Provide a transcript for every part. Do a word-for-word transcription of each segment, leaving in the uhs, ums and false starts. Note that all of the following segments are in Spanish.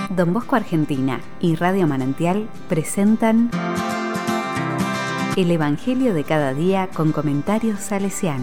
Don Bosco Argentina y Radio Manantial presentan El Evangelio de cada día con comentarios salesiano.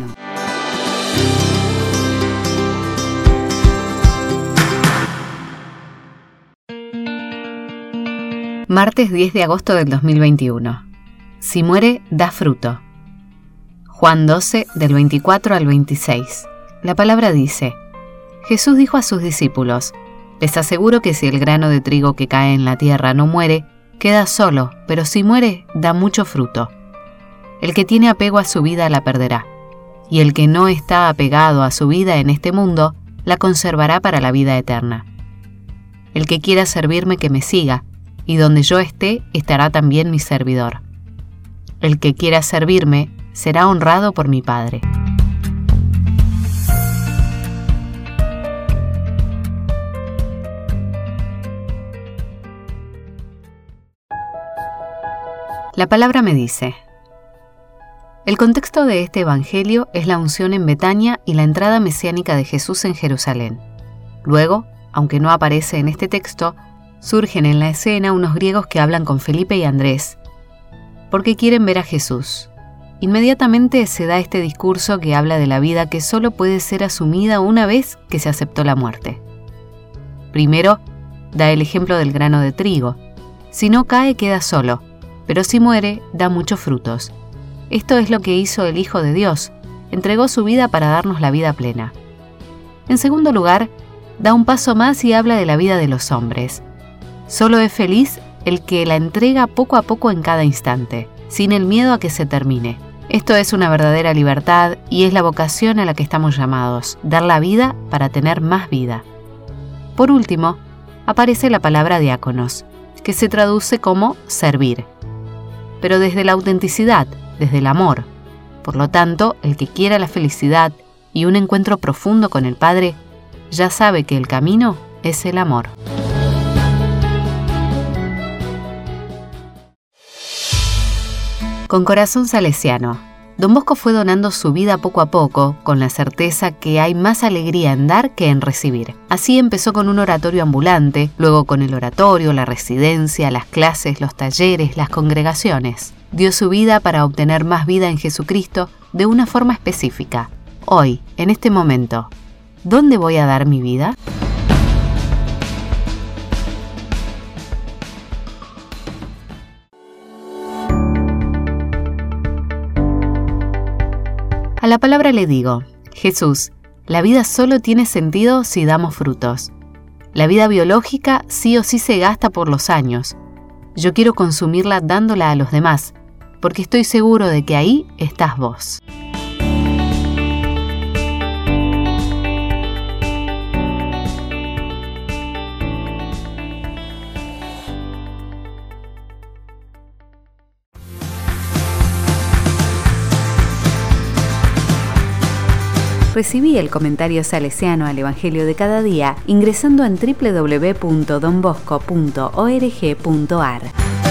Martes diez de agosto del dos mil veintiuno. Si muere, da fruto. Juan doce, del veinticuatro al veintiséis. La palabra dice: Jesús dijo a sus discípulos: les aseguro que si el grano de trigo que cae en la tierra no muere, queda solo, pero si muere, da mucho fruto. El que tiene apego a su vida la perderá, y el que no está apegado a su vida en este mundo, la conservará para la vida eterna. El que quiera servirme, que me siga, y donde yo esté, estará también mi servidor. El que quiera servirme, será honrado por mi Padre. La palabra me dice. El contexto de este evangelio es la unción en Betania y la entrada mesiánica de Jesús en Jerusalén. Luego, aunque no aparece en este texto, surgen en la escena unos griegos que hablan con Felipe y Andrés, porque quieren ver a Jesús. Inmediatamente se da este discurso que habla de la vida que solo puede ser asumida una vez que se aceptó la muerte. Primero, da el ejemplo del grano de trigo. Si no cae, queda solo, pero si muere, da muchos frutos. Esto es lo que hizo el Hijo de Dios, entregó su vida para darnos la vida plena. En segundo lugar, da un paso más y habla de la vida de los hombres. Solo es feliz el que la entrega poco a poco en cada instante, sin el miedo a que se termine. Esto es una verdadera libertad y es la vocación a la que estamos llamados, dar la vida para tener más vida. Por último, aparece la palabra diáconos, que se traduce como servir, pero desde la autenticidad, desde el amor. Por lo tanto, el que quiera la felicidad y un encuentro profundo con el Padre, ya sabe que el camino es el amor. Con corazón salesiano, Don Bosco fue donando su vida poco a poco, con la certeza que hay más alegría en dar que en recibir. Así empezó con un oratorio ambulante, luego con el oratorio, la residencia, las clases, los talleres, las congregaciones. Dio su vida para obtener más vida en Jesucristo de una forma específica. Hoy, en este momento, ¿dónde voy a dar mi vida? A la palabra le digo: Jesús, la vida solo tiene sentido si damos frutos. La vida biológica sí o sí se gasta por los años. Yo quiero consumirla dándola a los demás, porque estoy seguro de que ahí estás vos. Recibí el comentario salesiano al Evangelio de cada día ingresando en doble u doble u doble u punto don bosco punto org punto a r.